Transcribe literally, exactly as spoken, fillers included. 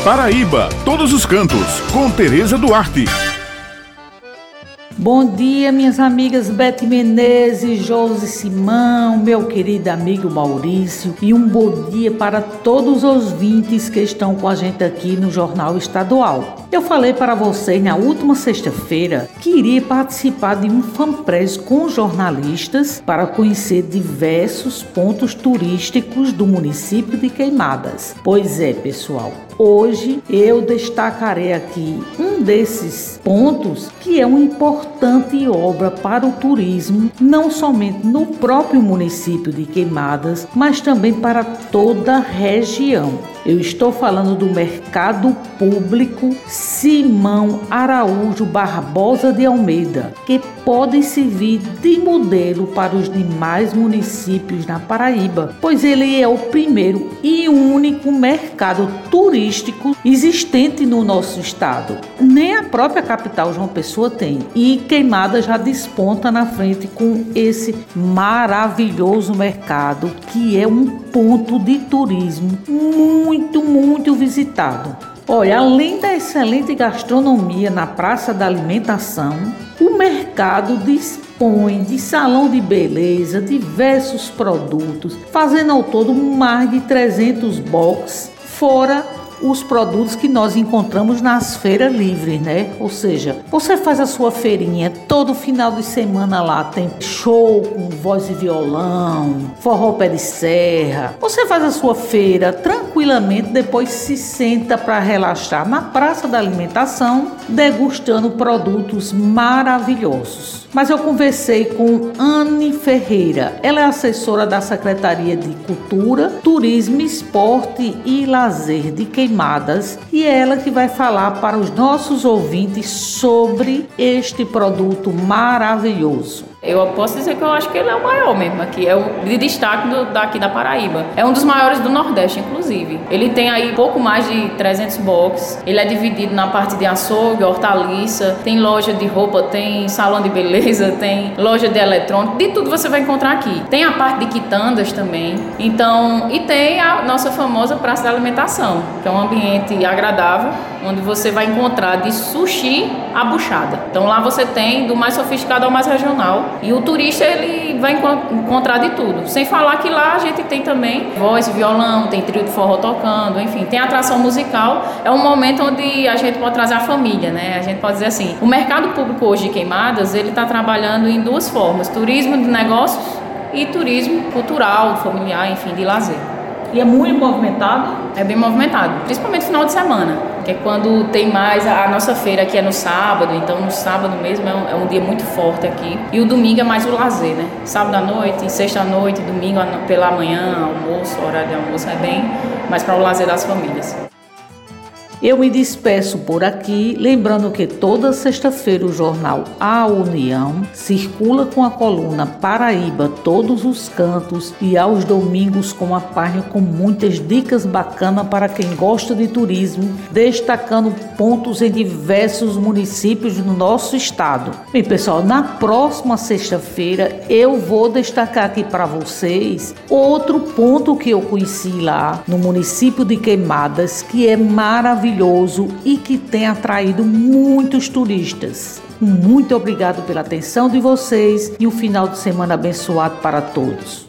Paraíba, todos os cantos, com Tereza Duarte. Bom dia, minhas amigas Bete Menezes, Josi Simão, meu querido amigo Maurício, e um bom dia para todos os ouvintes que estão com a gente aqui no Jornal Estadual. Eu falei para vocês na última sexta-feira que iria participar de um fanpress com jornalistas para conhecer diversos pontos turísticos do município de Queimadas. Pois é, pessoal, hoje eu destacarei aqui um desses pontos que é uma importante obra para o turismo, não somente no próprio município de Queimadas, mas também para toda a região. Eu estou falando do Mercado Público Simão Araújo Barbosa de Almeida, que pode servir de modelo para os demais municípios na Paraíba, pois ele é o primeiro e único mercado turístico existente no nosso estado. Nem a própria capital João Pessoa tem, e Queimadas já desponta na frente com esse maravilhoso mercado, que é um ponto de turismo muito, muito visitado. Olha, além da excelente gastronomia na Praça da Alimentação, o mercado dispõe de salão de beleza, diversos produtos, fazendo ao todo mais de trezentos boxes, fora os produtos que nós encontramos nas feiras livres, né? Ou seja, você faz a sua feirinha, todo final de semana lá tem show com voz e violão, forró pé de serra. Você faz a sua feira tranquilamente, depois se senta para relaxar na Praça da Alimentação, degustando produtos maravilhosos. Mas eu conversei com Anne Ferreira, ela é assessora da Secretaria de Cultura, Turismo, Esporte e Lazer de Queimadas, e é ela que vai falar para os nossos ouvintes sobre este produto maravilhoso. Eu posso dizer que eu acho que ele é o maior mesmo aqui, é o de destaque do, daqui da Paraíba. É um dos maiores do Nordeste, inclusive. Ele tem aí pouco mais de trezentos boxes. Ele é dividido na parte de açougue, hortaliça, tem loja de roupa, tem salão de beleza, tem loja de eletrônico, de tudo você vai encontrar aqui. Tem a parte de quitandas também. Então, e tem a nossa famosa Praça da Alimentação, que é um ambiente agradável, onde você vai encontrar de sushi a buchada. Então lá você tem do mais sofisticado ao mais regional. E o turista, ele vai encontrar de tudo. Sem falar que lá a gente tem também voz e violão, tem trio de forró tocando, enfim, tem atração musical. É um momento onde a gente pode trazer a família, né? A gente pode dizer assim, o mercado público hoje de Queimadas, ele está trabalhando em duas formas: turismo de negócios e turismo cultural, familiar, enfim, de lazer. E é muito movimentado? É bem movimentado, principalmente no final de semana, que é quando tem mais a, a nossa feira aqui é no sábado, então no sábado mesmo é um, é um dia muito forte aqui. E o domingo é mais o lazer, né? Sábado à noite, sexta à noite, domingo pela manhã, almoço, horário de almoço, é bem mais para o lazer das famílias. Eu me despeço por aqui, lembrando que toda sexta-feira o jornal A União circula com a coluna Paraíba Todos os Cantos, e aos domingos com a página com muitas dicas bacanas para quem gosta de turismo, destacando pontos em diversos municípios do nosso estado. Bem, pessoal, na próxima sexta-feira eu vou destacar aqui para vocês outro ponto que eu conheci lá no município de Queimadas, que é maravilhoso e que tem atraído muitos turistas. Muito obrigado pela atenção de vocês e um final de semana abençoado para todos.